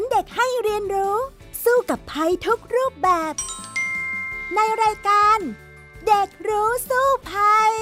เด็กให้เรียนรู้สู้กับภัยทุกรูปแบบในรายการเด็กรู้สู้ภัย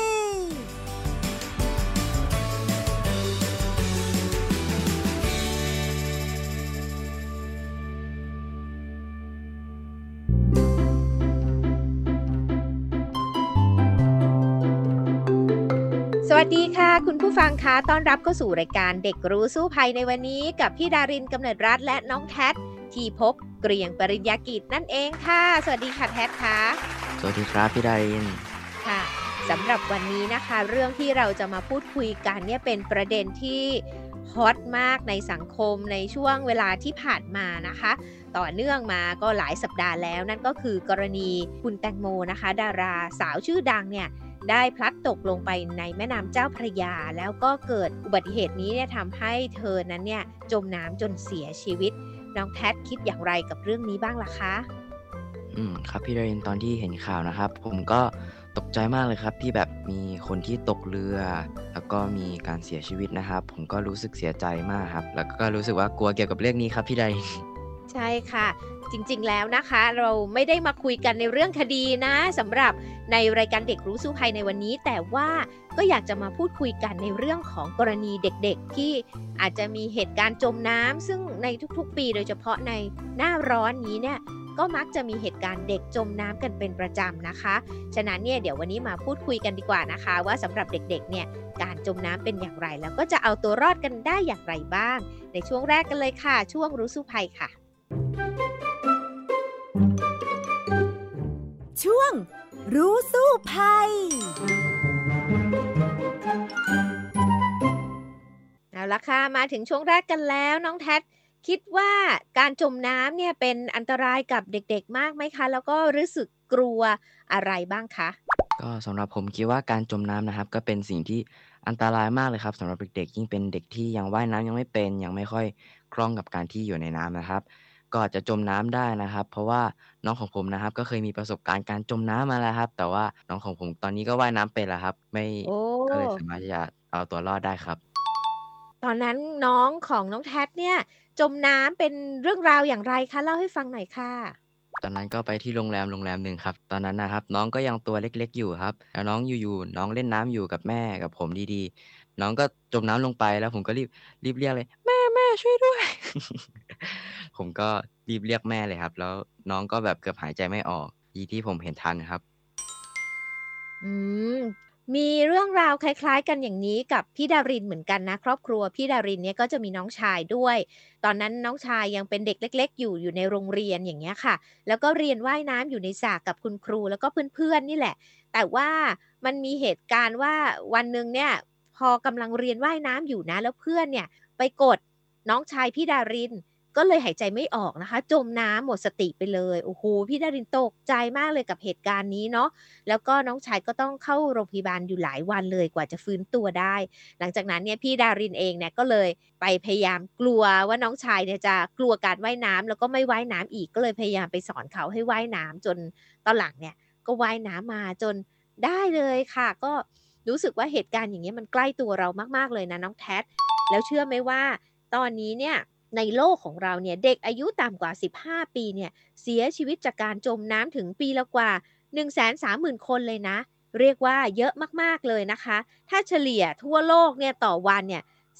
สวัสดีค่ะคุณผู้ฟังคะต้อนรับเข้าสู่รายการเด็กรู้สู้ภัยในวันนี้กับพี่ดารินกำเนิดรัตน์และน้องแท็ดที่พบเกรียงปริญญากิจนั่นเองค่ะสวัสดีค่ะแท็ดค่ะสวัสดีครับพี่ดารินค่ะสำหรับวันนี้นะคะเรื่องที่เราจะมาพูดคุยกันเนี่ยเป็นประเด็นที่ฮอตมากในสังคมในช่วงเวลาที่ผ่านมานะคะต่อเนื่องมาก็หลายสัปดาห์แล้วนั่นก็คือกรณีคุณแตงโมนะคะดาราสาวชื่อดังเนี่ยได้พลัดตกลงไปในแม่น้ำเจ้าพระยาแล้วก็เกิดอุบัติเหตุนี้เนี่ยทำให้เธอนั้นเนี่ยจมน้ำจนเสียชีวิตน้องแท็ดคิดอย่างไรกับเรื่องนี้บ้างล่ะคะครับพี่ดารินตอนที่เห็นข่าวนะครับผมก็ตกใจมากเลยครับที่แบบมีคนที่ตกเรือแล้วก็มีการเสียชีวิตนะครับผมก็รู้สึกเสียใจมากครับแล้วก็รู้สึกว่ากลัวเกี่ยวกับเรื่องนี้ครับพี่ดารินใช่ค่ะจริงๆแล้วนะคะเราไม่ได้มาคุยกันในเรื่องคดีนะสำหรับในรายการเด็กรู้สู้ภัยในวันนี้แต่ว่าก็อยากจะมาพูดคุยกันในเรื่องของกรณีเด็กๆที่อาจจะมีเหตุการณ์จมน้ำซึ่งในทุกๆปีโดยเฉพาะในหน้าร้อนนี้เนี่ยก็มักจะมีเหตุการณ์เด็กจมน้ำกันเป็นประจำนะคะฉะนั้นเนี่ยเดี๋ยววันนี้มาพูดคุยกันดีกว่านะคะว่าสำหรับเด็กๆเนี่ยการจมน้ำเป็นอย่างไรแล้วก็จะเอาตัวรอดกันได้อย่างไรบ้างในช่วงแรกกันเลยค่ะช่วงรู้สู้ภัยค่ะช่วงรู้สู้ภัยเอาละค่ะมาถึงช่วงแรกกันแล้วน้องแท็ดคิดว่าการจมน้ำเนี่ยเป็นอันตรายกับเด็กๆมากไหมคะแล้วก็รู้สึกกลัวอะไรบ้างคะก็สำหรับผมคิดว่าการจมน้ำนะครับก็เป็นสิ่งที่อันตรายมากเลยครับสำหรับเด็กๆยิ่งเป็นเด็กที่ยังว่ายน้ำยังไม่เป็นยังไม่ค่อยคล่องกับการที่อยู่ในน้ำนะครับก็อาจจะจมน้ำได้นะครับเพราะว่าน้องของผมนะครับก็เคยมีประสบการณ์การจมน้ำมาแล้วครับแต่ว่าน้องของผมตอนนี้ก็ว่ายน้ำเป็นแล้วครับไม่โอ้ก็เลยสามารถที่จะเอาตัวรอดได้ครับตอนนั้นน้องของน้องแท็ดเนี่ยจมน้ำเป็นเรื่องราวอย่างไรคะเล่าให้ฟังหน่อยค่ะตอนนั้นก็ไปที่โรงแรมหนึ่งครับตอนนั้นนะครับน้องก็ยังตัวเล็กๆอยู่ครับแล้วน้องอยู่ๆน้องเล่นน้ำอยู่กับแม่กับผมดีๆน้องก็จมน้ำลงไปแล้วผมก็รีบเรียกเลยแม่ช่วยด้วยผมก็รีบเรียกแม่เลยครับแล้วน้องก็แบบเกือบหายใจไม่ออกดีที่ผมเห็นทันครับอืมมีเรื่องราวคล้ายๆกันอย่างนี้กับพี่ดารินเหมือนกันนะครอบครัวพี่ดารินเนี่ยก็จะมีน้องชายด้วยตอนนั้นน้องชายยังเป็นเด็กเล็กๆอยู่ในโรงเรียนอย่างเงี้ยค่ะแล้วก็เรียนว่ายน้ำอยู่ในสระกับคุณครูแล้วก็เพื่อนๆนี่แหละแต่ว่ามันมีเหตุการณ์ว่าวันหนึ่งเนี่ยพอกำลังเรียนว่ายน้ำอยู่นะแล้วเพื่อนเนี่ยไปกดน้องชายพี่ดารินก็เลยหายใจไม่ออกนะคะจมน้ำหมดสติไปเลยโอ้โฮพี่ดารินตกใจมากเลยกับเหตุการณ์นี้เนาะ แล้วก็น้องชายก็ต้องเข้าโรงพยาบาลอยู่หลายวันเลยกว่าจะฟื้นตัวได้ หลังจากนั้นเนี่ยพี่ดารินเองเนี่ยก็เลยไปพยายามกลัวว่าน้องชายเนี่ยจะกลัวการว่ายน้ำแล้วก็ไม่ว่ายน้ำอีกก็เลยพยายามไปสอนเขาให้ว่ายน้ำจนตอนหลังเนี่ยก็ว่ายน้ำมาจนได้เลยค่ะก็รู้สึกว่าเหตุการณ์อย่างเงี้ยมันใกล้ตัวเรามากๆเลยนะน้องแท็ดแล้วเชื่อไหมว่าตอนนี้เนี่ยในโลกของเราเนี่ยเด็กอายุต่ำกว่า15ปีเนี่ยเสียชีวิตจากการจมน้ำถึงปีละกว่า 130,000 คนเลยนะเรียกว่าเยอะมากๆเลยนะคะถ้าเฉลี่ยทั่วโลกเนี่ยต่อวันเนี่ย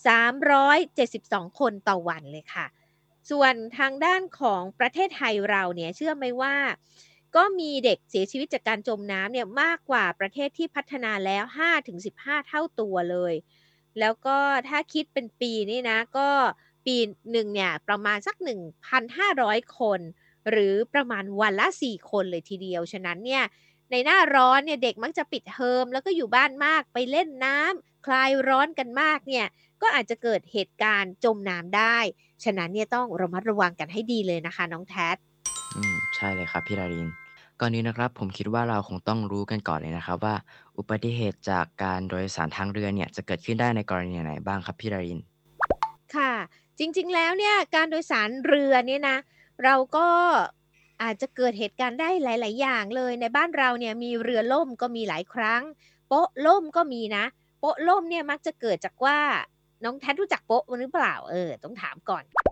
372คนต่อวันเลยค่ะส่วนทางด้านของประเทศไทยเราเนี่ยเชื่อไหมว่าก็มีเด็กเสียชีวิตจากการจมน้ำเนี่ยมากกว่าประเทศที่พัฒนาแล้ว5-15เท่าตัวเลยแล้วก็ถ้าคิดเป็นปีนี่นะก็ปีหนึ่งเนี่ยประมาณสัก1,500คนหรือประมาณวันละ4คนเลยทีเดียวฉะนั้นเนี่ยในหน้าร้อนเนี่ยเด็กมักจะปิดเทอมแล้วก็อยู่บ้านมากไปเล่นน้ำคลายร้อนกันมากเนี่ยก็อาจจะเกิดเหตุการณ์จมน้ำได้ฉะนั้นเนี่ยต้องระมัดระวังกันให้ดีเลยนะคะน้องแท็ดใช่เลยครับพี่ดารินก่อนอื่นนะครับผมคิดว่าเราคงต้องรู้กันก่อนเลยนะครับว่าอุบัติเหตุจากการโดยสารทางเรือเนี่ยจะเกิดขึ้นได้ในกรณีไหนบ้างครับพี่ดารินค่ะจริงๆแล้วเนี่ยการโดยสารเรือเนี่ยนะเราก็อาจจะเกิดเหตุการณ์ได้หลายๆอย่างเลยในบ้านเราเนี่ยมีเรือล่มก็มีหลายครั้งโป๊ะล่มก็มีนะโป๊ะล่มเนี่ยมักจะเกิดจากว่าน้องแท็ดรู้จักโป๊ะหรือเปล่าต้องถามก่อน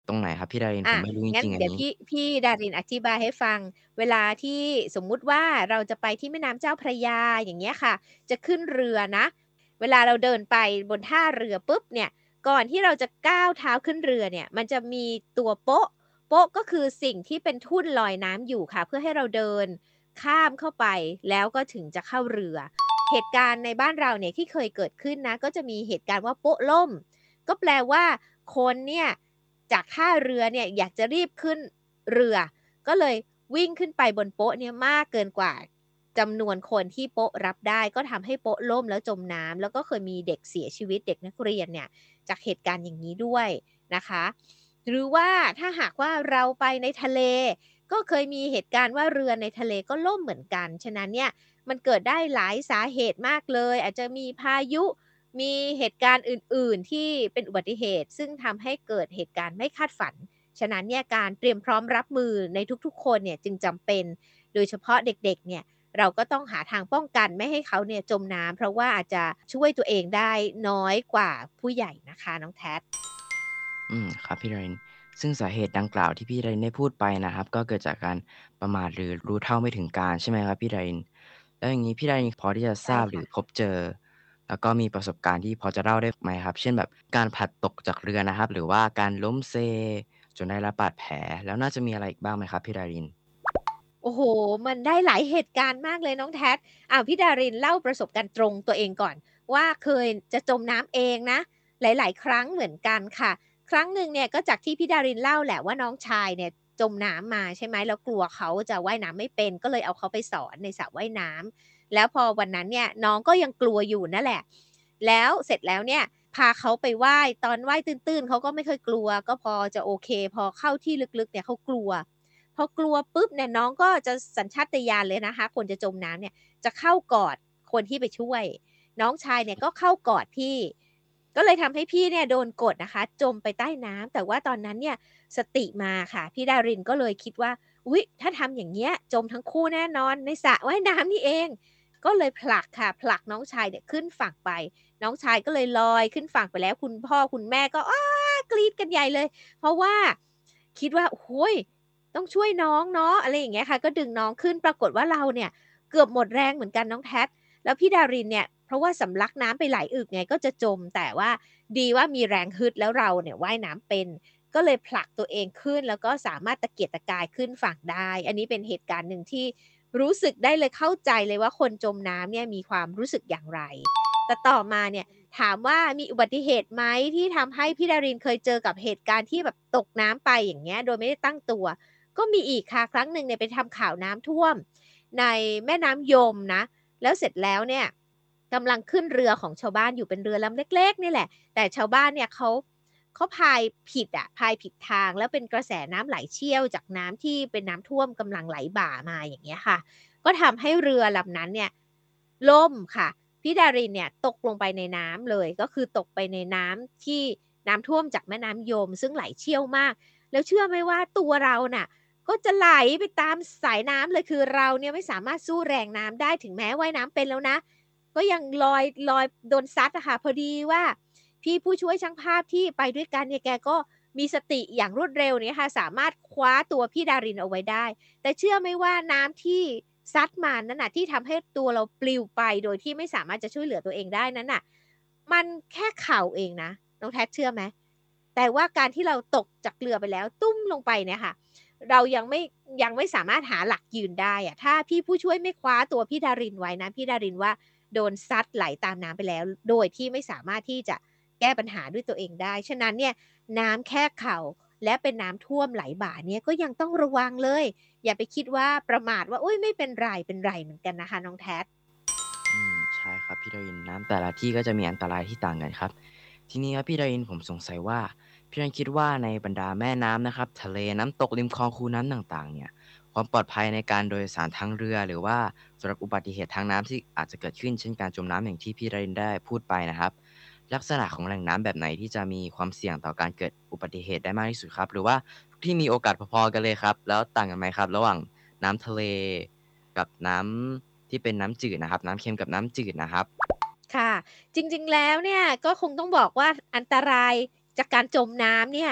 ตรงไหนครับพี่ดารินผอ่ะมไม่รู้จงั้นริงๆอันนี้เดี๋ยวพี่ดารินอธิบายให้ฟังเวลาที่สมมุติว่าเราจะไปที่แม่น้ำเจ้าพระยาอย่างเงี้ยค่ะจะขึ้นเรือนะเวลาเราเดินไปบนท่าเรือปุ๊บเนี่ยก่อนที่เราจะก้าวเท้าขึ้นเรือเนี่ยมันจะมีตัวโป๊ะโป๊ะก็คือสิ่งที่เป็นทุ่นลอยน้ำอยู่ค่ะเพื่อให้เราเดินข้ามเข้าไปแล้วก็ถึงจะเข้าเรือเหตุการณ์ในบ้านเราเนี่ยที่เคยเกิดขึ้นนะก็จะมีเหตุการณ์ว่าโป๊ะล่มก็แปลว่าคนเนี่ยจากท่าเรือเนี่ยอยากจะรีบขึ้นเรือก็เลยวิ่งขึ้นไปบนโป๊ะเนี่ยมากเกินกว่าจำนวนคนที่โป๊ะรับได้ก็ทำให้โป๊ะล่มแล้วจมน้ำแล้วก็เคยมีเด็กเสียชีวิตเด็กนักเรียนเนี่ยจากเหตุการณ์อย่างนี้ด้วยนะคะหรือว่าถ้าหากว่าเราไปในทะเลก็เคยมีเหตุการณ์ว่าเรือในทะเลก็ล่มเหมือนกันฉะนั้นเนี่ยมันเกิดได้หลายสาเหตุมากเลยอาจจะมีพายุมีเหตุการณ์อื่นๆที่เป็นอุบัติเหตุซึ่งทำให้เกิดเหตุการณ์ไม่คาดฝันฉะนั้นเนี่ยการเตรียมพร้อมรับมือในทุกๆคนเนี่ยจึงจำเป็นโดยเฉพาะเด็กๆเนี่ยเราก็ต้องหาทางป้องกันไม่ให้เขาเนี่ยจมน้ำเพราะว่าอาจจะช่วยตัวเองได้น้อยกว่าผู้ใหญ่นะคะน้องแท็ครับพี่ดารินซึ่งสาเหตุดังกล่าวที่พี่ดารินได้พูดไปนะครับก็เกิดจากการประมาทหรือรู้เท่าไม่ถึงการใช่ไหมครับพี่ดารินแล้วอย่างนี้พี่ดารินพอที่จะทใช่ราบหรือค่ะพบเจอแล้วก็มีประสบการณ์ที่พอจะเล่าได้ไหมครับเช่นแบบการผลัดตกจากเรือนะครับหรือว่าการล้มเซจนได้รับบาดแผลแล้วน่าจะมีอะไรอีกบ้างไหมครับพี่ดารินโอ้โฮมันได้หลายเหตุการณ์มากเลยน้องแท็พี่ดารินเล่าประสบการณ์ตรงตัวเองก่อนว่าเคยจะจมน้ำเองนะหลายๆครั้งเหมือนกันค่ะครั้งหนึ่งเนี่ยก็จากที่พี่ดารินเล่าแหละว่าน้องชายเนี่ยจมน้ำมาใช่ไหมแล้วกลัวเขาจะว่ายน้ำไม่เป็นก็เลยเอาเขาไปสอนในสระว่ายน้ำแล้วพอวันนั้นเนี่ยน้องก็ยังกลัวอยู่นั่นแหละแล้วเสร็จแล้วเนี่ยพาเขาไปว่ายตอนว่ายตื้นๆเขาก็ไม่ค่อยกลัวก็พอจะโอเคพอเข้าที่ลึกๆเนี่ยเขากลัว พอกลัวปุ๊บเนี่ยน้องก็จะสัญชาตญาณเลยนะคะคนจะจมน้ำเนี่ยจะเข้ากอดคนที่ไปช่วยน้องชายเนี่ยก็เข้ากอดพี่ก็เลยทำให้พี่เนี่ยโดนกดนะคะจมไปใต้น้ำแต่ว่าตอนนั้นเนี่ยสติมาค่ะพี่ดารินก็เลยคิดว่าอุ๊ยถ้าทำอย่างเงี้ยจมทั้งคู่แน่นอนในสระว่ายน้ำนี่เองก็เลยผลักค่ะผลักน้องชายเนี่ยขึ้นฝั่งไปน้องชายก็เลยลอยขึ้นฝั่งไปแล้วคุณพ่อคุณแม่ก็กรี๊ดกันใหญ่เลยเพราะว่าคิดว่าโอ้โฮ ต้องช่วยน้องเนาะอะไรอย่างเงี้ยค่ะก็ดึงน้องขึ้นปรากฏว่าเราเนี่ยเกือบหมดแรงเหมือนกันน้องแท็แล้วพี่ดารินเนี่ยเพราะว่าสำลักน้ำไปหลายอึกไงก็จะจมแต่ว่าดีว่ามีแรงฮึดแล้วเราเนี่ยว่ายน้ำเป็นก็เลยผลักตัวเองขึ้นแล้วก็สามารถตะเกียกตะกายขึ้นฝั่งได้อันนี้เป็นเหตุการณ์หนึ่งที่รู้สึกได้เลยเข้าใจเลยว่าคนจมน้ำเนี่ยมีความรู้สึกอย่างไรแต่ต่อมาเนี่ยถามว่ามีอุบัติเหตุไหมที่ทำให้พี่ดารินเคยเจอกับเหตุการณ์ที่แบบตกน้ำไปอย่างเงี้ยโดยไม่ได้ตั้งตัว ก็มีอีกค่ะครั้งหนึ่งเนี่ยไปทำข่าวน้ำท่วมในแม่น้ำยมนะแล้วเสร็จแล้วเนี่ยกำลังขึ้นเรือของชาวบ้านอยู่เป็นเรือลำเล็กๆนี่แหละแต่ชาวบ้านเนี่ยเขาพายผิดอะพายผิดทางแล้วเป็นกระแสน้ำไหลเชี่ยวจากน้ำที่เป็นน้ำท่วมกำลังไหลบ่ามาอย่างเงี้ยค่ะก็ทำให้เรือลำนั้นเนี่ยล่มค่ะพี่ดารินเนี่ยตกลงไปในน้ำเลยก็คือตกไปในน้ำที่น้ำท่วมจากแม่น้ำยมซึ่งไหลเชี่ยวมากแล้วเชื่อไหมว่าตัวเราน่ะ ก็จะไหลไปตามสายน้ำเลยคือเราเนี่ยไม่สามารถสู้แรงน้ำได้ถึงแม้ว่ายน้ำเป็นแล้วนะก็ยังลอยโดนซัดอะค่ะพอดีว่าพี่ผู้ช่วยช่างภาพที่ไปด้วยกันเนี่ยแกก็มีสติอย่างรวดเร็วเนี่ยค่ะสามารถคว้าตัวพี่ดารินเอาไว้ได้แต่เชื่อไหมว่าน้ำที่ซัดมานั่นน่ะที่ทำให้ตัวเราปลิวไปโดยที่ไม่สามารถจะช่วยเหลือตัวเองได้นั้นน่ะมันแค่เข่าเองนะน้องแท็เชื่อไหมแต่ว่าการที่เราตกจากเรือไปแล้วตุ้มลงไปเนี่ยค่ะ เรายังไม่สามารถหาหลักยืนได้อะถ้าพี่ผู้ช่วยไม่คว้าตัวพี่ดารินไว้นะพี่ดารินว่าโดนซัดไหลตามน้ำไปแล้วโดยที่ไม่สามารถที่จะแก้ปัญหาด้วยตัวเองได้ฉะนั้นเนี่ยน้ำแค่เข่าและเป็นน้ำท่วมไหลบ่าเนี่ยก็ยังต้องระวังเลยอย่าไปคิดว่าประมาทว่าอุ๊ยไม่เป็นไรเป็นไรเหมือนกันนะคะน้อง Tat ใช่ครับพี่ดารินน้ำแต่ละที่ก็จะมีอันตรายที่ต่างกันครับทีนี้ครับพี่ดารินผมสงสัยว่าพี่ดารินคิดว่าในบรรดาแม่น้ำนะครับทะเลน้ำตกริมคลองคูน้ำต่างๆเนี่ยความปลอดภัยในการโดยสารทางเรือหรือว่าสำหรับอุบัติเหตุทางน้ำที่อาจจะเกิดขึ้นเช่นการจมน้ำอย่างที่พี่ดารินได้พูดไปนะครับลักษณะของแหล่งน้ำแบบไหนที่จะมีความเสี่ยงต่อการเกิดอุบัติเหตุได้มากที่สุดครับหรือว่าทุกที่มีโอกาสพอๆกันเลยครับแล้วต่างกันไหมครับระหว่างน้ำทะเลกับน้ำที่เป็นน้ำจืดนะครับน้ำเค็มกับน้ำจืดนะครับค่ะจริงๆแล้วเนี่ยก็คงต้องบอกว่าอันตรายจากการจมน้ำเนี่ย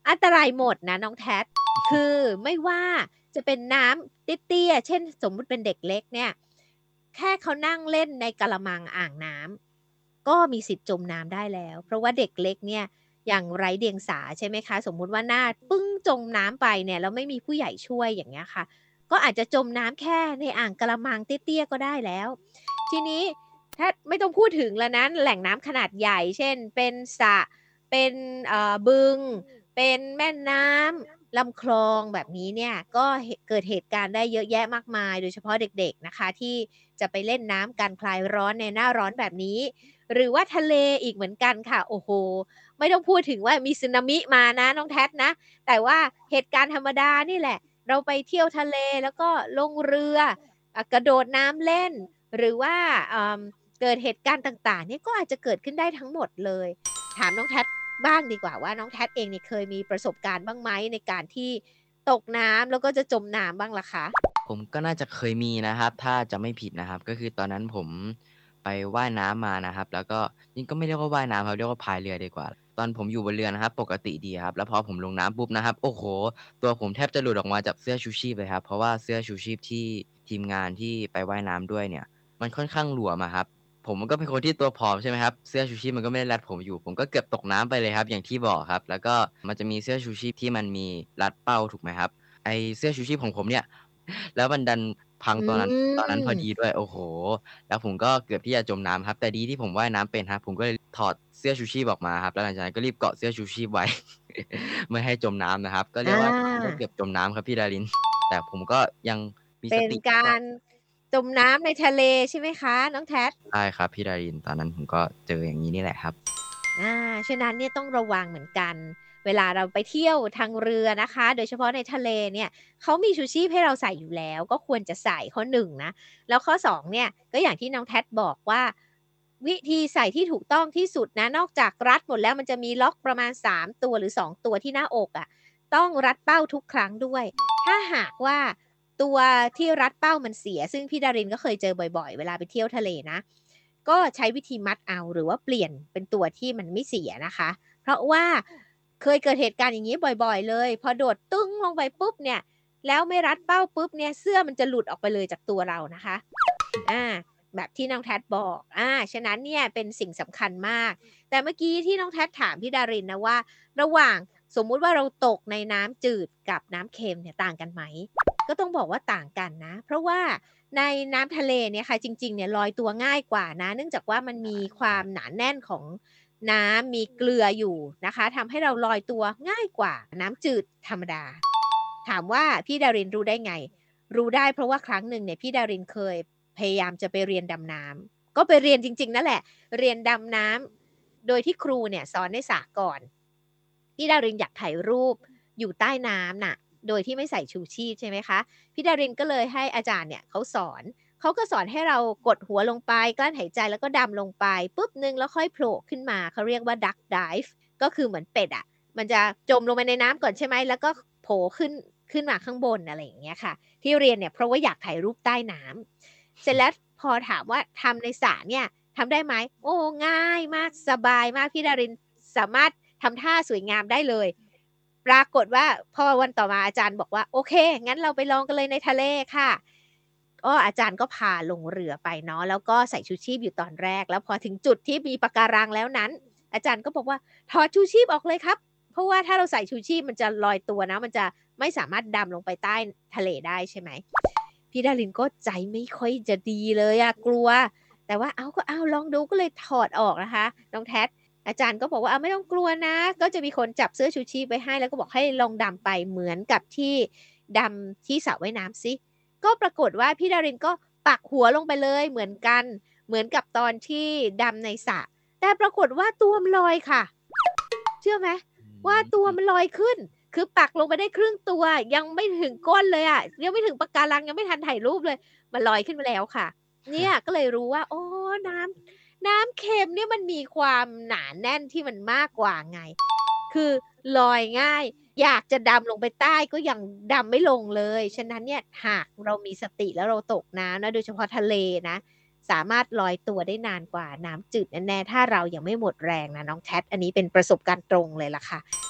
อันตรายหมดนะน้องแท็ดคือไม่ว่าจะเป็นน้ำเตี้ยๆเช่นสมมุติเป็นเด็กเล็กเนี่ยแค่เขานั่งเล่นในกะละมังอ่างน้ำก็มีสิทธิ์จมน้ำได้แล้วเพราะว่าเด็กเล็กเนี่ยอย่างไร้เดียงสาใช่ไหมคะสมมุติว่าหน้าปึ้งจมน้ำไปเนี่ยแล้วไม่มีผู้ใหญ่ช่วยอย่างเงี้ยค่ะก็อาจจะจมน้ำแค่ในอ่างกะละมังเตี้ยๆก็ได้แล้วทีนี้ถ้าไม่ต้องพูดถึงแล้วนะแหล่งน้ำขนาดใหญ่เช่นเป็นสระเป็นบึง เป็นแม่น้ำลำคลองแบบนี้เนี่ยก็เกิดเหตุการณ์ได้เยอะแยะมากมายโดยเฉพาะเด็กๆนะคะที่จะไปเล่นน้ำกันคลายร้อนในหน้าร้อนแบบนี้หรือว่าทะเลอีกเหมือนกันค่ะโอ้โหไม่ต้องพูดถึงว่ามีสึนามิมานะน้องแท็นะแต่ว่าเหตุการณ์ธรรมดานี่แหละเราไปเที่ยวทะเลแล้วก็ลงเรือกระโดดน้ำเล่นหรือว่าเกิดเหตุการณ์ต่างๆเนี่ยก็อาจจะเกิดขึ้นได้ทั้งหมดเลยถามน้องแท็บ้างดีกว่าว่าน้องแท็เองเนี่ยเคยมีประสบการณ์บ้างไหมในการที่ตกน้ำแล้วก็จะจมน้ำบ้างล่ะคะผมก็น่าจะเคยมีนะครับถ้าจะไม่ผิดนะครับก็คือตอนนั้นผมไปว่ายน้ำมานะครับแล้วก็จริงก็ไม่เรียกว่าว่ายน้ำครับเรียกว่าพายเรือดีกว่าตอนผมอยู่บนเรือนะครับปกติดีครับแล้วพอผมลงน้ำปุ๊บนะครับโอ้โฮตัวผมแทบจะหลุดออกมาจากเสื้อชูชีพเลยครับเพราะว่าเสื้อชูชีพที่ทีมงานที่ไปว่ายน้ำด้วยเนี่ยมันค่อนข้างหลวมอะครับผมก็เป็นคนที่ตัวผอมใช่ไหมครับเสื้อชูชีพมันก็ไม่ได้รัดผมอยู่ผมก็เกือบตกน้ำไปเลยครับอย่างที่บอกครับแล้วก็มันจะมีเสื้อชูชีพที่มันมีรัดเป้าถูกไหมครับไอ้เสื้อชูชีพของผมเนี่ย แล้วมันดันพังอืตอนนั้นพอดีมด้วยโอ้โฮแล้วผมก็เกือบที่จะจมน้ำครับแต่ดีที่ผมว่ายน้ำเป็นครับผมก็เลยถอดเสื้อชูชีพออกมาครับแล้วหลังจากนั้นก็รีบเกาะเสื้อชูชีพไว้ไม่ให้จมน้ำนะครับก็เรีอยกว่าก็าเกือบจมน้ำครับพี่ดารินแต่ผมก็ยังมีสเป็นติแล้วก็การจมน้ำในทะเลใช่ไหมคะน้องแท็ใช่ครับพี่ดารินตอนนั้นผมก็เจออย่างงี้นี่แหละครับฉะนั้นเนี่ยต้องระวังเหมือนกันเวลาเราไปเที่ยวทางเรือนะคะโดยเฉพาะในทะเลเนี่ยเขามีชูชีพให้เราใส่อยู่แล้วก็ควรจะใส่ข้อ1นะแล้วข้อ2เนี่ยก็อย่างที่น้องแท็บอกว่าวิธีใส่ที่ถูกต้องที่สุดนะนอกจากรัดหมดแล้วมันจะมีล็อกประมาณ3ตัวหรือ2ตัวที่หน้าอกอะต้องรัดเป้าทุกครั้งด้วยถ้าหากว่าตัวที่รัดเป้ามันเสียซึ่งพี่ดารินก็เคยเจอบ่อยๆเวลาไปเที่ยวทะเลนะ ก็ใช้วิธีมัดเอาหรือว่าเปลี่ยนเป็นตัวที่มันไม่เสียนะคะเพราะว่าเคยเกิดเหตุการณ์อย่างงี้บ่อยๆเลยพอโดดตึ้งลงไปปุ๊บเนี่ยแล้วไม่รัดเป้าปุ๊บเนี่ยเสื้อมันจะหลุดออกไปเลยจากตัวเรานะคะอาแบบที่น้องแท็บอกฉะนั้นเนี่ยเป็นสิ่งสำคัญมากแต่เมื่อกี้ที่น้องแท็ถามพี่ดารินนะว่าระหว่างสมมุติว่าเราตกในน้ำจืดกับน้ำเค็มเนี่ยต่างกันไหมก็ต้องบอกว่าต่างกันนะเพราะว่า ในน้ำทะเลเนี่ยค่ะจริงๆเนี่ยลอยตัวง่ายกว่านะเนื่องจากว่ามันมีความหนาแน่นของน้ำมีเกลืออยู่นะคะทำให้เราลอยตัวง่ายกว่าน้ำจืดธรรมดาถามว่าพี่ดารินรู้ได้ไงรู้ได้เพราะว่าครั้งหนึ่งเนี่ยพี่ดารินเคยพยายามจะไปเรียนดำน้ำก็ไปเรียนจริงๆนั่นแหละเรียนดำน้ำโดยที่ครูเนี่ยสอนในสระก่อนพี่ดารินอยากถ่ายรูปอยู่ใต้น้ำน่ะโดยที่ไม่ใส่ชูชีพใช่ไหมคะ พี่ดารินก็เลยให้อาจารย์เนี่ยเขาสอนเขาก็สอนให้เรากดหัวลงไปกลั้นหายใจแล้วก็ดำลงไปปุ๊บหนึ่งแล้วค่อยโผล่ขึ้นมาเขาเรียกว่า duck dive ก็คือเหมือนเป็ดอะมันจะจมลงไปในน้ำก่อนใช่ไหมแล้วก็โผล่ขึ้นมาข้างบนอะไรอย่างเงี้ยค่ะที่เรียนเนี่ยเพราะว่าอยากถ่ายรูปใต้น้ำเสร็จแล้วพอถามว่าทำในสระเนี่ยทำได้ไหมโอ้ง่ายมากสบายมากพี่ดารินสามารถทำท่าสวยงามได้เลย ปรากฏว่าพอวันต่อมาอาจารย์บอกว่าโอเคงั้นเราไปลองกันเลยในทะเลค่ะก็อาจารย์ก็พาลงเรือไปเนาะแล้วก็ใส่ชูชีพอยู่ตอนแรกแล้วพอถึงจุดที่มีปะการังแล้วนั้นอาจารย์ก็บอกว่าถอดชูชีพออกเลยครับเพราะว่าถ้าเราใส่ชูชีพมันจะลอยตัวนะมันจะไม่สามารถดำลงไปใต้ทะเลได้ใช่ไหมพี่ดารินก็ใจไม่ค่อยจะดีเลยอะกลัวแต่ว่าเอาก็เอาลองดูก็เลยถอดออกนะคะน้องแท็อาจารย์ก็บอกว่าไม่ต้องกลัวนะก็จะมีคนจับเสื้อชูชีพไว้ให้แล้วก็บอกให้ลองดำไปเหมือนกับที่ดำที่สระว่ายน้ำสิก็ปรากฏว่าพี่ดารินก็ปักหัวลงไปเลยเหมือนกันเหมือนกับตอนที่ดำในสระแต่ปรากฏว่าตัวมันลอยค่ะเชื่อไหมว่าตัวอืมมันลอยขึ้นคือปักลงไปได้ครึ่งตัวยังไม่ถึงก้นเลยอะยังไม่ถึงปะการังยังไม่ทันถ่ายรูปเลยมันลอยขึ้นมาแล้วค่ะเนี่ยก็เลยรู้ว่าอ๋อน้ำเค็มเนี่ยมันมีความหนาแน่นที่มันมากกว่าไง คือลอยง่าย อยากจะดำลงไปใต้ก็ยังดำไม่ลงเลย ฉะนั้นเนี่ยหากเรามีสติแล้วเราตกน้ำนะโดยเฉพาะทะเลนะสามารถลอยตัวได้นานกว่าน้ำจืดแน่ๆถ้าเรายังไม่หมดแรงนะน้องแ a t อันนี้เป็นประสบการณ์ตรงเลยล่ะค่ะ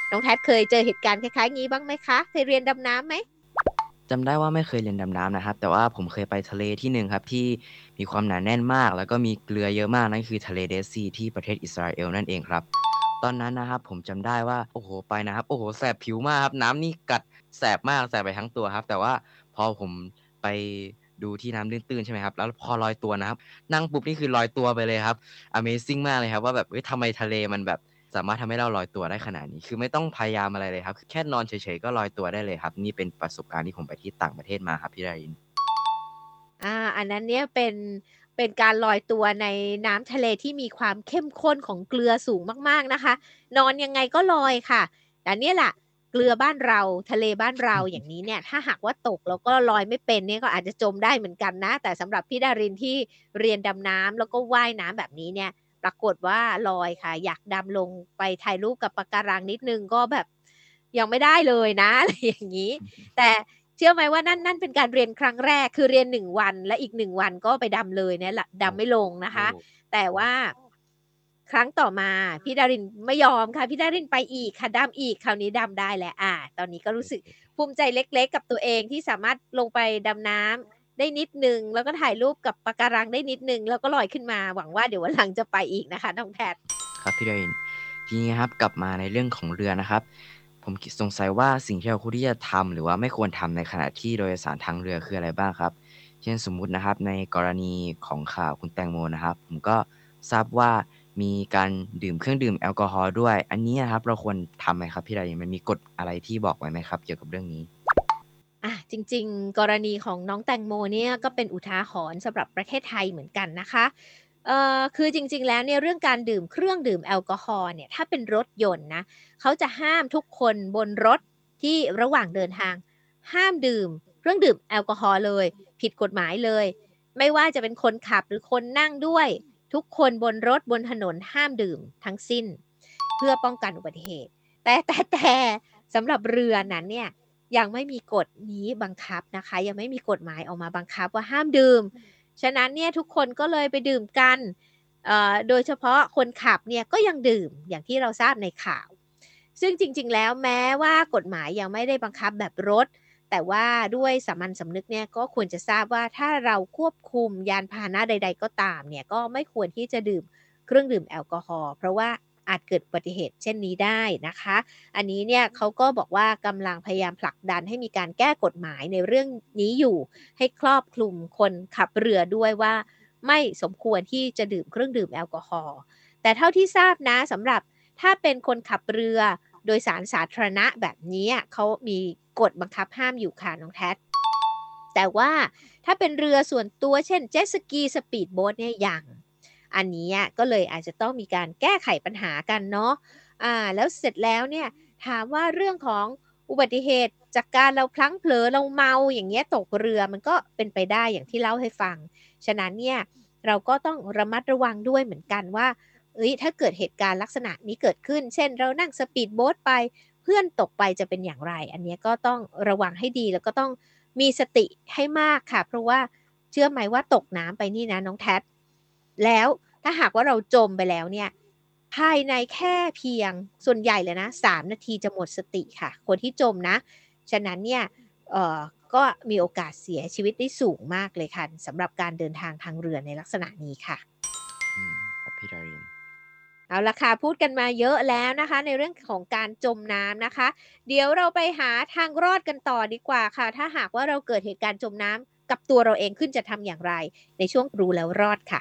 น้องแท็เคยเจอเหตุการณ์คล้ายๆงี้บ้างไหมคะเคยเรียนดำน้ำไหมจำได้ว่าไม่เคยเรียนดำน้ำนะครับแต่ว่าผมเคยไปทะเลที่หนึ่งครับที่มีความหนาแน่นมากแล้วก็มีเกลือเยอะมากนั่นคือทะเลเดดซีที่ประเทศอิสราเอลนั่นเองครับตอนนั้นนะครับผมจำได้ว่าโอ้โหไปนะครับโอ้โหแสบผิวมากครับน้ำนี่กัดแสบมากแสบไปทั้งตัวครับแต่ว่าพอผมไปดูที่น้ำตื้นๆใช่ไหมครับแล้วพอลอยตัวนะครับนั่งปุ๊บนี่คือลอยตัวไปเลยครับ Amazing มากเลยครับว่าแบบทำไมทะเลมันแบบสามารถทำให้เราลอยตัวได้ขนาดนี้คือไม่ต้องพยายามอะไรเลยครับแค่นอนเฉยๆก็ลอยตัวได้เลยครับนี่เป็นประสบการณ์ที่ผมไปที่ต่างประเทศมาครับพี่ดารินอันนั้นเนี่ยเป็นการลอยตัวในน้ำทะเลที่มีความเข้มข้นของเกลือสูงมากๆนะคะนอนยังไงก็ลอยค่ะแต่เนี่ยแหละเกลือบ้านเราทะเลบ้านเราอย่างนี้เนี่ยถ้าหากว่าตกแล้วก็ลอยไม่เป็นเนี่ยก็อาจจะจมได้เหมือนกันนะแต่สำหรับพี่ดารินที่เรียนดำน้ำแล้วก็ว่ายน้ำแบบนี้เนี่ยปรากฏว่าลอยค่ะอยากดำลงไปถ่ายรูปกับปะการังนิดนึงก็แบบยังไม่ได้เลยนะอะไรอย่างนี้แต่เชื่อไหมว่านั่นเป็นการเรียนครั้งแรกคือเรียน1วันและอีก1วันก็ไปดำเลยเนี่ยแหละดำไม่ลงนะคะแต่ว่าครั้งต่อมาพี่ดารินไม่ยอมค่ะพี่ดารินไปอีกค่ะดำอีกคราวนี้ดำได้แล้วตอนนี้ก็รู้สึกภูมิใจเล็กๆกับตัวเองที่สามารถลงไปดำน้ำได้นิดนึงแล้วก็ถ่ายรูปกับปะการังได้นิดนึงแล้วก็ลอยขึ้นมาหวังว่าเดี๋ยววันหลังจะไปอีกนะคะน้องแพทครับพี่ดารินทีนี้ครับกลับมาในเรื่องของเรือนะครับผมสงสัยว่าสิ่งที่เราควรที่จะทำหรือว่าไม่ควรทำในขณะที่โดยสารทางเรือคืออะไรบ้างครับเช่นสมมุตินะครับในกรณีของข่าวคุณแตงโมนะครับผมก็ทราบว่ามีการดื่มเครื่องดื่มแอลกอฮอล์ด้วยอันนี้นะครับเราควรทำไหมครับพี่ดารินมันมีกฎอะไรที่บอกไว้ไหมครับเกี่ยวกับเรื่องนี้จริงๆกรณีของน้องแตงโมเนี่ยก็เป็นอุทาหรณ์สำหรับประเทศไทยเหมือนกันนะคะคือจริงๆแล้วเนี่ยเรื่องการดื่มเครื่องดื่มแอลกอฮอล์เนี่ยถ้าเป็นรถยนต์นะเขาจะห้ามทุกคนบนรถที่ระหว่างเดินทางห้ามดื่มเครื่องดื่มแอลกอฮอล์เลยผิดกฎหมายเลยไม่ว่าจะเป็นคนขับหรือคนนั่งด้วยทุกคนบนรถบนถนนห้ามดื่มทั้งสิ้นเพื่อป้องกันอุบัติเหตุแต่สำหรับเรือนั้นเนี่ย ยังไม่มีกฎนี้บังคับนะคะยังไม่มีกฎหมายออกมาบังคับว่าห้ามดื่มฉะนั้นเนี่ยทุกคนก็เลยไปดื่มกันโดยเฉพาะคนขับเนี่ยก็ยังดื่มอย่างที่เราทราบในข่าวซึ่งจริงๆแล้วแม้ว่ากฎหมายยังไม่ได้บังคับแบบรถแต่ว่าด้วยสามัญสำนึกเนี่ยก็ควรจะทราบว่าถ้าเราควบคุมยานพาหนะใดๆก็ตามเนี่ยก็ไม่ควรที่จะดื่มเครื่องดื่มแอลกอฮอล์เพราะว่าอาจเกิดอุบัติเหตุเช่นนี้ได้นะคะ อันนี้เนี่ยเขาก็บอกว่ากำลังพยายามผลักดันให้มีการแก้กฎหมายในเรื่องนี้อยู่ให้ครอบคลุมคนขับเรือด้วยว่าไม่สมควรที่จะดื่มเครื่องดื่มแอลกอฮอล์แต่เท่าที่ทราบนะสำหรับถ้าเป็นคนขับเรือโดยสารสาธารณะแบบนี้เขามีกฎบังคับห้ามอยู่ค่ะน้องแท็แต่ว่าถ้าเป็นเรือส่วนตัวเช่นเจ็ตสกีสปีดโบ๊ทเนี่ยยังอันนี้ก็เลยอาจจะต้องมีการแก้ไขปัญหากันเนาะ แล้วเสร็จแล้วเนี่ยถามว่าเรื่องของอุบัติเหตุจากการเราพลั้งเผลอเราเมาอย่างเงี้ยตกเรือมันก็เป็นไปได้อย่างที่เล่าให้ฟังฉะนั้นเนี่ยเราก็ต้องระมัดระวังด้วยเหมือนกันว่าถ้าเกิดเหตุการณ์ลักษณะนี้เกิดขึ้นเช่นเรานั่งสปีดโบ๊ทไปเพื่อนตกไปจะเป็นอย่างไรอันนี้ก็ต้องระวังให้ดีแล้วก็ต้องมีสติให้มากค่ะเพราะว่าเชื่อไหมว่าตกน้ำไปนี่นะน้องแท็แล้วถ้าหากว่าเราจมไปแล้วเนี่ย ภายในแค่เพียงส่วนใหญ่เลยนะ3นาทีจะหมดสติค่ะคนที่จมนะฉะนั้นเนี่ยเอ่อก็มีโอกาสเสียชีวิตได้สูงมากเลยค่ะสำหรับการเดินทางทางเรือในลักษณะนี้ค่ะครับพี่ดารินเอาละค่ะพูดกันมาเยอะแล้วนะคะในเรื่องของการจมน้ำนะคะเดี๋ยวเราไปหาทางรอดกันต่อดีกว่าค่ะถ้าหากว่าเราเกิดเหตุการณ์จมน้ำกับตัวเราเองขึ้นจะทำอย่างไรในช่วงรู้แล้วรอดค่ะ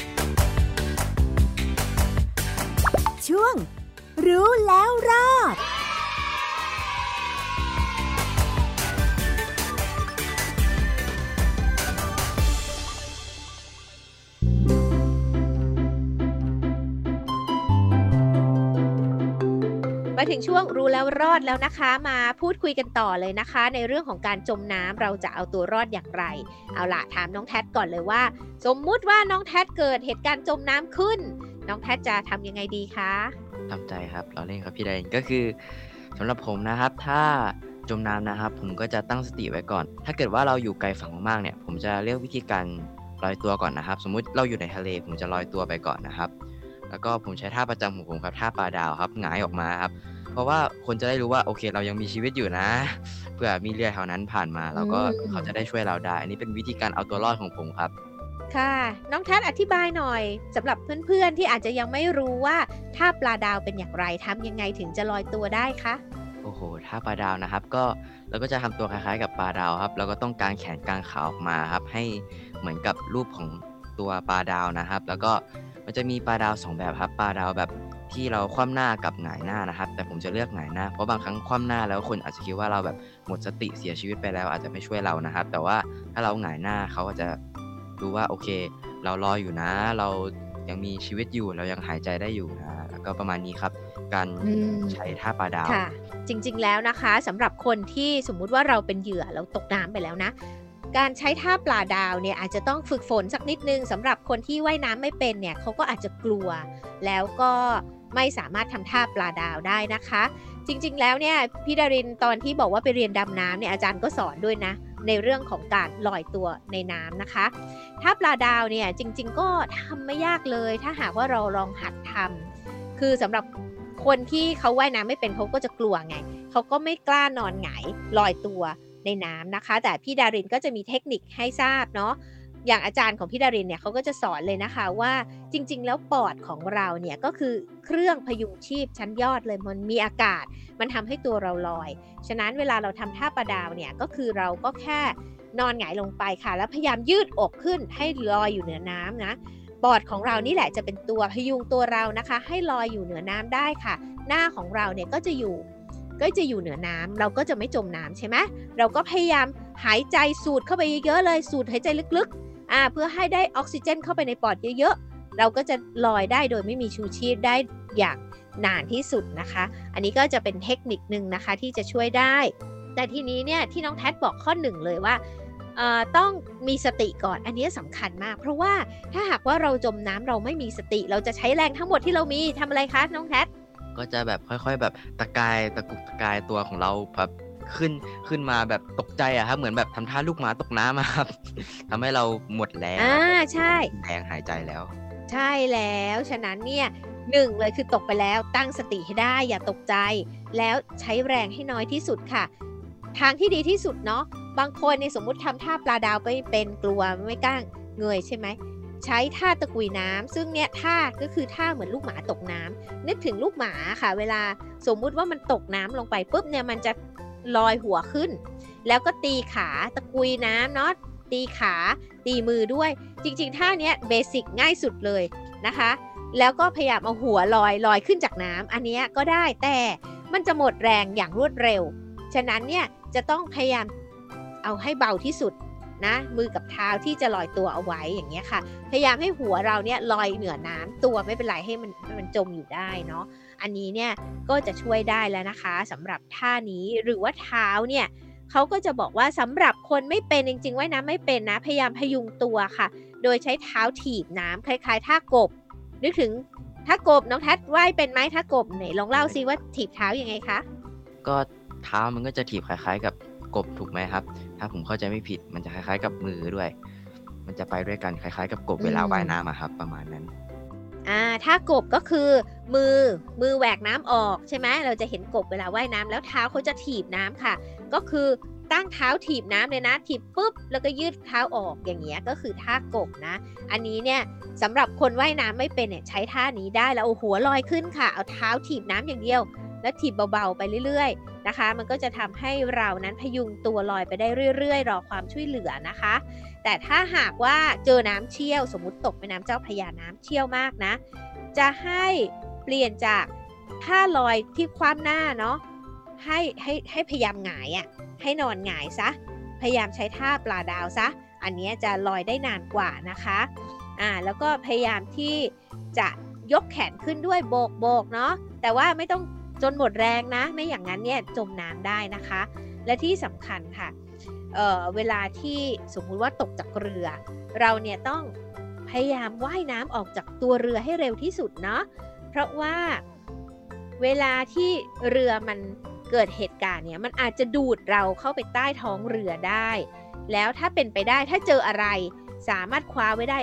ช่วงรู้แล้วรอดมาถึงช่วงรู้แล้วรอดแล้วนะคะมาพูดคุยกันต่อเลยนะคะในเรื่องของการจมน้ำเราจะเอาตัวรอดอย่างไรเอาล่ะถามน้องแท็ก่อนเลยว่าสมมุติว่าน้องแท็เกิดเหตุการณ์จมน้ำขึ้นน้องแท็จะทำยังไงดีคะทำใจครับเราเล่นครับพี่ดารินก็คือสำหรับผมนะครับถ้าจมน้ำนะครับผมก็จะตั้งสติไว้ก่อนถ้าเกิดว่าเราอยู่ไกลฝั่งมากๆเนี่ยผมจะเลือกวิธีการลอยตัวก่อนนะครับสมมุติเราอยู่ในทะเลผมจะลอยตัวไปก่อนนะครับแล้วก็ผมใช้ท่าประจำของผมครับท่าปลาดาวครับหงายออกมาครับเพราะว่าคนจะได้รู้ว่าโอเคเรายังมีชีวิตอยู่นะเผื่อมีเรือแถวนั้นผ่านมาเราก็เขาจะได้ช่วยเราได้อันนี้เป็นวิธีการเอาตัวรอดของผมครับค่ะน้องแทดอธิบายหน่อยสำหรับเพื่อนๆที่อาจจะยังไม่รู้ว่าถ้าปลาดาวเป็นอย่างไรทำยังไงถึงจะลอยตัวได้คะโอ้โฮถ้าปลาดาวนะครับก็เราก็จะทำตัวคล้ายๆกับปลาดาวครับเราก็ต้องกางแขนกางขาออกมาครับให้เหมือนกับรูปของตัวปลาดาวนะครับแล้วก็มันจะมีปลาดาว2แบบครับปลาดาวแบบที่เราคว่ำหน้ากับหงายหน้านะครับแต่ผมจะเลือกหงายหน้าเพราะบางครั้งคว่ำหน้าแล้วคนอาจจะคิดว่าเราแบบหมดสติเสียชีวิตไปแล้วอาจจะไม่ช่วยเรานะครับแต่ว่าถ้าเราหงายหน้าเขาก็จะรู้ว่าโอเคเรารออยู่นะเรายังมีชีวิตอยู่เรายังหายใจได้อยู่นะแล้วก็ประมาณนี้ครับการใช้ท่าปลาดาวค่ะจริงๆแล้วนะคะสำหรับคนที่สมมุติว่าเราเป็นเหยื่อเราตกน้ำไปแล้วนะการใช้ท่าปลาดาวเนี่ยอาจจะต้องฝึกฝนสักนิดนึงสำหรับคนที่ว่ายน้ำไม่เป็นเนี่ยเขาก็อาจจะกลัวแล้วก็ไม่สามารถทำท่าปลาดาวได้นะคะจริงๆแล้วเนี่ยพี่ดารินตอนที่บอกว่าไปเรียนดำน้ำเนี่ยอาจารย์ก็สอนด้วยนะในเรื่องของการลอยตัวในน้ำนะคะท่าปลาดาวเนี่ยจริงๆก็ทำไม่ยากเลยถ้าหากว่าเราลองหัดทำคือสำหรับคนที่เขาว่ายน้ำไม่เป็นเขาก็จะกลัวไงเขาก็ไม่กล้านอนหงายลอยตัวในน้ำนะคะแต่พี่ดารินก็จะมีเทคนิคให้ทราบเนาะอย่างอาจารย์ของพี่ดารินเนี่ยเขาก็จะสอนเลยนะคะว่าจริงๆแล้วปอดของเราเนี่ยก็คือเครื่องพยุงชีพชั้นยอดเลยมันมีอากาศมันทำให้ตัวเราลอยฉะนั้นเวลาเราทำท่าปลาดาวเนี่ยก็คือเราก็แค่นอนหงายลงไปค่ะแล้วพยายามยืดอกขึ้นให้ลอยอยู่เหนือน้ำนะปอดของเรานี่แหละจะเป็นตัวพยุงตัวเรานะคะให้ลอยอยู่เหนือน้ำได้ค่ะหน้าของเราเนี่ยก็จะอยู่เหนือน้ำเราก็จะไม่จมน้ำใช่ไหมเราก็พยายามหายใจสูดเข้าไปเยอะๆเลยสูดหายใจลึกๆเพื่อให้ได้ออกซิเจนเข้าไปในปอดเยอะๆเราก็จะลอยได้โดยไม่มีชูชีพได้อย่างนานที่สุดนะคะอันนี้ก็จะเป็นเทคนิคนึงนะคะที่จะช่วยได้แต่ทีนี้เนี่ยที่น้องแทดบอกข้อ1เลยว่าต้องมีสติก่อนอันนี้สำคัญมากเพราะว่าถ้าหากว่าเราจมน้ำเราไม่มีสติเราจะใช้แรงทั้งหมดที่เรามีทำอะไรคะน้องแทดก็จะแบบค่อยๆแบบตะกุกตะกายตัวของเราแบบขึ้นมาแบบตกใจอะครับเหมือนแบบทำท่าลูกหมาตกน้ำครับทำให้เราหมดแรงใช่แรงหายใจแล้วใช่แล้วฉะนั้นเนี่ย1เลยคือตกไปแล้วตั้งสติให้ได้อย่าตกใจแล้วใช้แรงให้น้อยที่สุดค่ะทางที่ดีที่สุดเนาะบางคนเนี่ยสมมุติทำท่าปลาดาวไม่เป็นกลัวไม่กล้าเงยใช่ไหมใช้ท่าตะกุยน้ำซึ่งเนี่ยท่าก็คือท่าเหมือนลูกหมาตกน้ำนึกถึงลูกหมาค่ะเวลาสมมุติว่ามันตกน้ำลงไปปุ๊บเนี่ยมันจะลอยหัวขึ้นแล้วก็ตีขาตะกุยน้ำเนาะตีขาตีมือด้วยจริงๆท่านี้เบสิกง่ายสุดเลยนะคะแล้วก็พยายามเอาหัวลอยขึ้นจากน้ำอันนี้ก็ได้แต่มันจะหมดแรงอย่างรวดเร็วฉะนั้นเนี่ยจะต้องพยายามเอาให้เบาที่สุดนะมือกับเท้าที่จะลอยตัวเอาไว้อย่างเงี้ยค่ะพยายามให้หัวเราเนี่ยลอยเหนือน้ำตัวไม่เป็นไรให้มันจมอยู่ได้เนาะอันนี้เนี่ยก็จะช่วยได้แล้วนะคะสำหรับท่านี้หรือว่าเท้าเนี่ยเขาก็จะบอกว่าสำหรับคนไม่เป็นจริงๆว่ายน้ำไม่เป็นนะพยายามพยุงตัวค่ะโดยใช้เท้าถีบน้ำคล้ายๆท่ากบนึกถึงท่ากบน้องแทดว่ายเป็นไหมท่ากบไหนลองเล่าซิว่าถีบเท้ายังไงคะก็เท้ามันก็จะถีบคล้ายๆกับกบถูกไหมครับถ้าผมเข้าใจไม่ผิดมันจะคล้ายๆกับมือด้วยมันจะไปด้วยกันคล้ายๆกับกบเวลาว่ายน้ำครับประมาณนั้นถ้ากบก็คือมือแหวกน้ำออกใช่ไหมเราจะเห็นกบเวลาว่ายน้ำแล้วเท้าเขาจะถีบน้ำค่ะก็คือตั้งเท้าถีบน้ำเลยนะถีบปุ๊บแล้วก็ยืดเท้าออกอย่างเงี้ยก็คือท่ากบนะอันนี้เนี่ยสำหรับคนว่ายน้ำไม่เป็นเนี่ยใช้ท่านี้ได้แล้วเอาหัวลอยขึ้นค่ะเอาเท้าถีบน้ำอย่างเดียวแล้วถีบเบาๆไปเรื่อยๆนะคะมันก็จะทำให้เรานั้นพยุงตัวลอยไปได้เรื่อยๆรอความช่วยเหลือนะคะแต่ถ้าหากว่าเจอน้ำเชี่ยวสมมุติตกแม่น้ำเจ้าพระยาน้ำเชี่ยวมากนะจะให้เปลี่ยนจากท่าลอยที่คว่ำหน้าเนาะให้พยายามหงายให้นอนหงายซะพยายามใช้ท่าปลาดาวซะอันนี้จะลอยได้นานกว่านะคะแล้วก็พยายามที่จะยกแขนขึ้นด้วยโบกเนาะแต่ว่าไม่ต้องจนหมดแรงนะไม่อย่างนั้นเนี่ยจมน้ำได้นะคะและที่สำคัญค่ะเวลาที่สมมุติว่าตกจากเรือเราเนี่ยต้องพยายามว่ายน้ำออกจากตัวเรือให้เร็วที่สุดเนาะเพราะว่าเวลาที่เรือมันเกิดเหตุการณ์เนี่ยมันอาจจะดูดเราเข้าไปใต้ท้องเรือได้แล้วถ้าเป็นไปได้ถ้าเจออะไรสามารถคว้าไว้ได้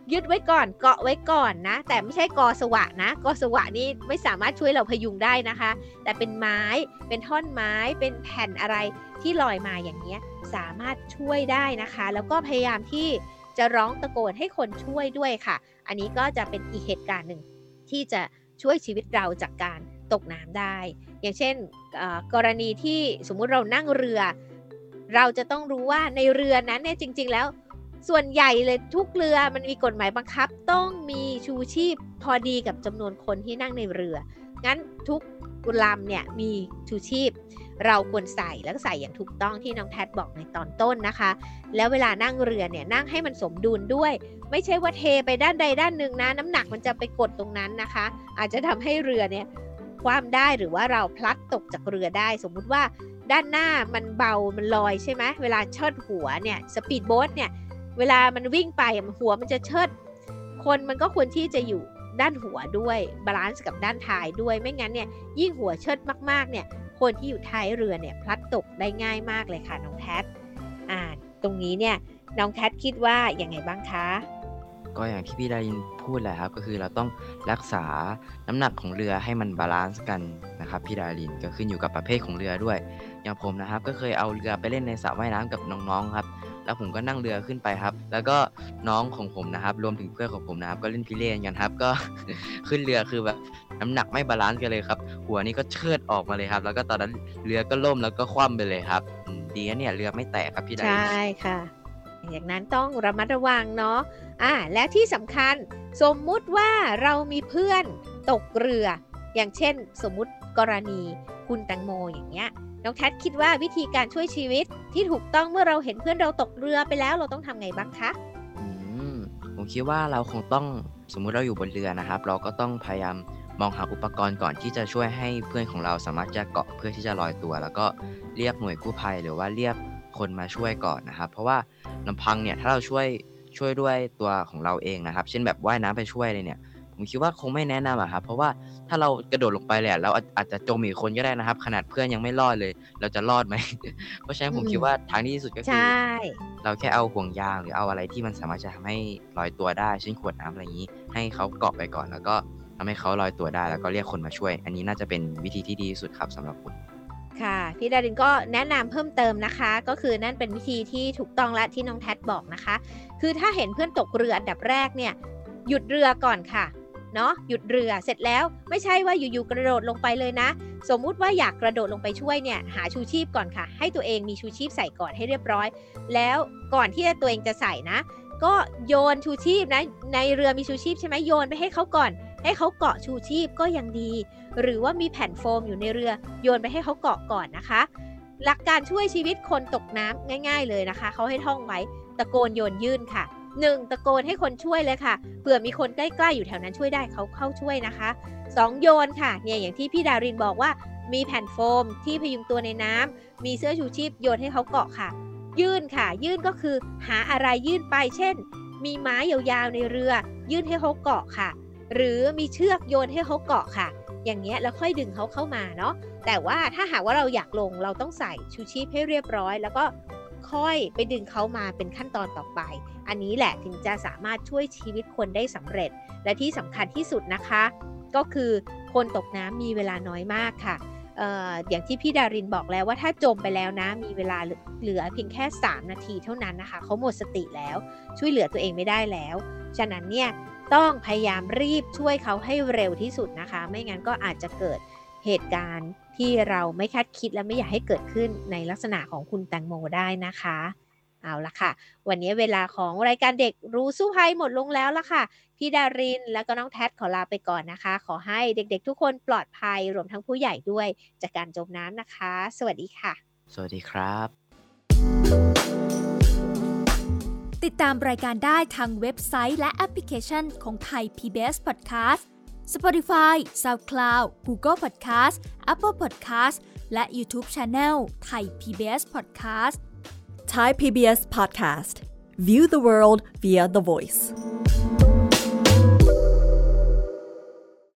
ยึดไว้ก่อนเกาะไว้ก่อนนะแต่ไม่ใช่กอสวะนะกอสวะนี่ไม่สามารถช่วยเราพยุงได้นะคะแต่เป็นไม้เป็นท่อนไม้เป็นแผ่นอะไรที่ลอยมาอย่างเงี้ยสามารถช่วยได้นะคะแล้วก็พยายามที่จะร้องตะโกนให้คนช่วยด้วยค่ะอันนี้ก็จะเป็นอีกเหตุการณ์หนึ่งที่จะช่วยชีวิตเราจากการตกน้ำได้อย่างเช่นกรณีที่สมมุติเรานั่งเรือเราจะต้องรู้ว่าในเรือนั้นเนี่ยจริงๆแล้วส่วนใหญ่เลยทุกเรือมันมีกฎหมายบังคับต้องมีชูชีพพอดีกับจำนวนคนที่นั่งในเรืองั้นทุกลำเนี่ยมีชูชีพเราควรใส่แล้วก็ใส่อย่างถูกต้องที่น้องแทดบอกในตอนต้นนะคะแล้วเวลานั่งเรือเนี่ยนั่งให้มันสมดุลด้วยไม่ใช่ว่าเทไปด้านใดด้านหนึ่งนะน้ำหนักมันจะไปกดตรงนั้นนะคะอาจจะทำให้เรือเนี่ยคว่ำได้หรือว่าเราพลัดตกจากเรือได้สมมุติว่าด้านหน้ามันเบามันลอยใช่ไหมเวลาเชิดหัวเนี่ยสปีดโบ๊ทเนี่ยเวลามันวิ่งไปหัวมันจะเชิดคนมันก็ควรที่จะอยู่ด้านหัวด้วยบาลานซ์กับด้านท้ายด้วยไม่งั้นเนี่ยยิ่งหัวเชิดมากๆเนี่ยคนที่อยู่ท้ายเรือเนี่ยพลัดตกได้ง่ายมากเลยค่ะน้องแทดตรงนี้เนี่ยน้องแทดคิดว่าอย่างไงบ้างคะก็อย่างที่พี่ดารินพูดแหละครับก็คือเราต้องรักษาน้ำหนักของเรือให้มันบาลานซ์กันนะครับพี่ดารินก็ขึ้นอยู่กับประเภทของเรือด้วยอย่างผมนะครับก็เคยเอาเรือไปเล่นในสระว่ายน้ำกับน้องๆครับแล้วผมก็นั่งเรือขึ้นไปครับแล้วก็น้องของผมนะครับรวมถึงเพื่อนของผมนะครับก็เล่นพิเรนกันครับก็ขึ้นเรือคือแบบน้ำหนักไม่บาลานซ์กันเลยครับหัวนี่ก็เชิดออกมาเลยครับแล้วก็ตอนนั้นเรือก็ล่มแล้วก็คว่ำไปเลยครับดีนะเนี่ยเรือไม่แตกครับพี่ดารินใช่ค่ะอย่างนั้นต้องระมัดระวังเนาะและที่สำคัญสมมุติว่าเรามีเพื่อนตกเรืออย่างเช่นสมมุติกรณีคุณแตงโมอย่างเงี้ยน้องแทดคิดว่าวิธีการช่วยชีวิตที่ถูกต้องเมื่อเราเห็นเพื่อนเราตกเรือไปแล้วเราต้องทำไงบ้างคะผมคิดว่าเราคงต้องสมมุติเราอยู่บนเรือนะครับเราก็ต้องพยายามมองหาอุปกรณ์ก่อนที่จะช่วยให้เพื่อนของเราสามารถจะเกาะเพื่อที่จะลอยตัวแล้วก็เรียกหน่วยกู้ภัยหรือว่าเรียกคนมาช่วยก่อนนะครับเพราะว่าลำพังเนี่ยถ้าเราช่วยด้วยตัวของเราเองนะครับเช่นแบบว่ายน้ำไปช่วยเลยเนี่ยผมคิดว่าคงไม่แนะนำอะครับเพราะว่าถ้าเรากระโดดลงไปเลยเราอาจจะจมอีกคนก็ได้นะครับขนาดเพื่อนยังไม่รอดเลยเราจะรอดไหม เพราะฉะนั้นผมคิดว่าทางที่ดีที่สุดก็คือเราแค่เอาห่วงยางหรือเอาอะไรที่มันสามารถจะทำให้ลอยตัวได้เช่นขวดน้ำอะไรอย่างนี้ให้เขาเกาะไปก่อนแล้วก็ทำให้เขาลอยตัวได้แล้วก็เรียกคนมาช่วยอันนี้น่าจะเป็นวิธีที่ดีที่สุดครับสำหรับผมค่ะพี่ดารินก็แนะนำเพิ่มเติมนะคะก็คือนั่นเป็นวิธีที่ถูกต้องและที่น้องแทดบอกนะคะคือถ้าเห็นเพื่อนตกเรืออันดับแรกเนี่ยหยุดเรือก่อนค่ะเนาะหยุดเรือเสร็จแล้วไม่ใช่ว่าอยู่ๆกระโดดลงไปเลยนะสมมุติว่าอยากกระโดดลงไปช่วยเนี่ยหาชูชีพก่อนค่ะให้ตัวเองมีชูชีพใส่ก่อนให้เรียบร้อยแล้วก่อนที่ตัวเองจะใส่นะก็โยนชูชีพนะในเรือมีชูชีพใช่ไหมโยนไปให้เขาก่อนให้เขาเกาะชูชีพก็ยังดีหรือว่ามีแผ่นโฟมอยู่ในเรือโยนไปให้เขาเกาะก่อนนะคะหลักการช่วยชีวิตคนตกน้ำง่ายๆเลยนะคะเขาให้ท่องไว้ตะโกนโยนยื่นค่ะ1ตะโกนให้คนช่วยเลยค่ะเผื่อมีคนใกล้ๆอยู่แถวนั้นช่วยได้เขาเข้าช่วยนะคะ2โยนค่ะเนี่ยอย่างที่พี่ดารินบอกว่ามีแผ่นโฟมที่พยุงตัวในน้ำมีเสื้อชูชีพโยนให้เขาเกาะค่ะยื่นค่ะยื่นก็คือหาอะไรยื่นไปเช่นมีไม้ยาวๆในเรือยื่นให้เขาเกาะค่ะหรือมีเชือกโยนให้เขาเกาะค่ะอย่างเงี้ยแล้วค่อยดึงเขาเข้ามาเนาะแต่ว่าถ้าหากว่าเราอยากลงเราต้องใส่ชูชีพให้เรียบร้อยแล้วก็ค่อยไปดึงเขามาเป็นขั้นตอนต่อไปอันนี้แหละถึงจะสามารถช่วยชีวิตคนได้สำเร็จและที่สำคัญที่สุดนะคะก็คือคนตกน้ำมีเวลาน้อยมากค่ะอย่างที่พี่ดารินบอกแล้วว่าถ้าจมไปแล้วนะมีเวลาเหลือเพียงแค่3นาทีเท่านั้นนะคะเขาหมดสติแล้วช่วยเหลือตัวเองไม่ได้แล้วฉะนั้นเนี่ยต้องพยายามรีบช่วยเขาให้เร็วที่สุดนะคะไม่งั้นก็อาจจะเกิดเหตุการณ์ที่เราไม่คาดคิดและไม่อยากให้เกิดขึ้นในลักษณะของคุณแตงโมได้นะคะเอาละค่ะวันนี้เวลาของรายการเด็กรู้สู้ภัยหมดลงแล้วละค่ะพี่ดารินและก็น้องแทดขอลาไปก่อนนะคะขอให้เด็กๆทุกคนปลอดภัยรวมทั้งผู้ใหญ่ด้วยจากการจมน้ำนะคะสวัสดีค่ะสวัสดีครับติดตามรายการได้ทางเว็บไซต์และแอปพลิเคชันของไทย PBS Podcast Spotify SoundCloud Google Podcast Apple Podcast และ YouTube Channel ไทย PBS Podcast Thai PBS Podcast. View the world via the voice.